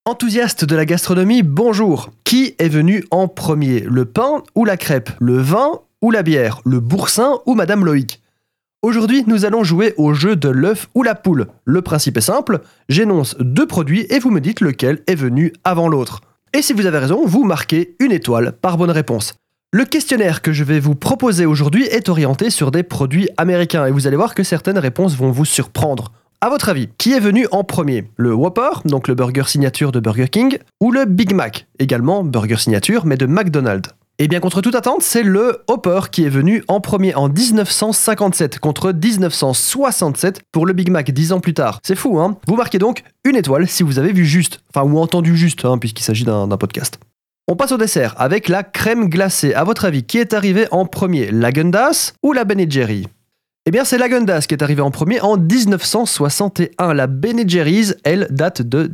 Enthousiaste de la gastronomie, bonjour. Qui est venu en premier, le pain ou la crêpe, le vin ou la bière, le boursin ou Madame Loïc? Aujourd'hui, nous allons jouer au jeu de l'œuf ou la poule. Le principe est simple, j'énonce deux produits et vous me dites lequel est venu avant l'autre. Et si vous avez raison, vous marquez une étoile par bonne réponse. Le questionnaire que je vais vous proposer aujourd'hui est orienté sur des produits américains et vous allez voir que certaines réponses vont vous surprendre. À votre avis, qui est venu en premier? Le Whopper, donc le burger signature de Burger King, ou le Big Mac, également burger signature mais de McDonald's? Eh bien, contre toute attente, c'est le Whopper qui est venu en premier en 1957 contre 1967 pour le Big Mac 10 ans plus tard. C'est fou, hein? Vous marquez donc une étoile si vous avez vu juste, ou entendu juste, puisqu'il s'agit d'un podcast. On passe au dessert avec la crème glacée. À votre avis, qui est arrivé en premier, l'Haagen-Dazs ou la Ben & Jerry's? Eh bien, c'est l'Haagen-Dazs qui est arrivé en premier en 1961. La Ben & Jerry's, elle, date de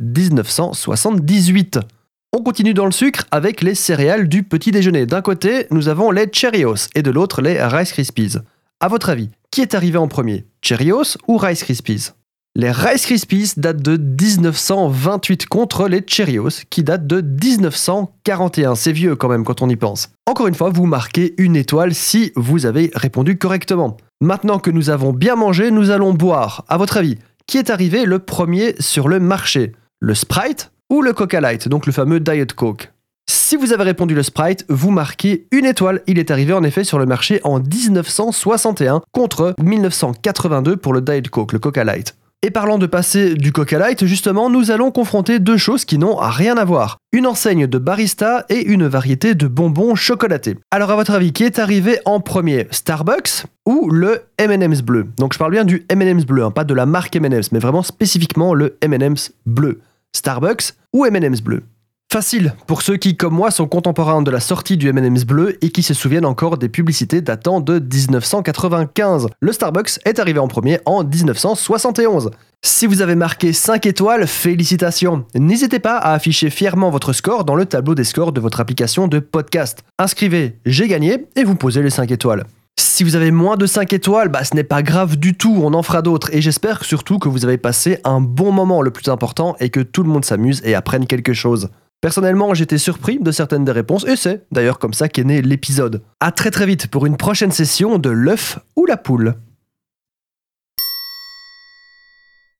1978. On continue dans le sucre avec les céréales du petit déjeuner. D'un côté, nous avons les Cheerios et de l'autre, les Rice Krispies. À votre avis, qui est arrivé en premier, Cheerios ou Rice Krispies? Les Rice Krispies datent de 1928 contre les Cheerios qui datent de 1941. C'est vieux quand même quand on y pense. Encore une fois, vous marquez une étoile si vous avez répondu correctement. Maintenant que nous avons bien mangé, nous allons boire. À votre avis, qui est arrivé le premier sur le marché? Le Sprite ou le Coca Light, donc le fameux Diet Coke? Si vous avez répondu le Sprite, vous marquez une étoile. Il est arrivé en effet sur le marché en 1961 contre 1982 pour le Diet Coke, le Coca Light. Et parlant de passer du Coca Light, justement, nous allons confronter deux choses qui n'ont rien à voir. Une enseigne de barista et une variété de bonbons chocolatés. Alors à votre avis, qui est arrivé en premier, Starbucks ou le M&M's bleu? Donc je parle bien du M&M's bleu, pas de la marque M&M's, mais vraiment spécifiquement le M&M's bleu. Starbucks ou M&M's bleu? Facile, pour ceux qui, comme moi, sont contemporains de la sortie du M&M's bleu et qui se souviennent encore des publicités datant de 1995. Le Starbucks est arrivé en premier en 1971. Si vous avez marqué 5 étoiles, félicitations! N'hésitez pas à afficher fièrement votre score dans le tableau des scores de votre application de podcast. Inscrivez « J'ai gagné » et vous posez les 5 étoiles. Si vous avez moins de 5 étoiles, ce n'est pas grave du tout, on en fera d'autres. Et j'espère surtout que vous avez passé un bon moment. Le plus important est que tout le monde s'amuse et apprenne quelque chose. Personnellement, j'étais surpris de certaines des réponses et c'est d'ailleurs comme ça qu'est né l'épisode. À très vite pour une prochaine session de l'œuf ou la poule.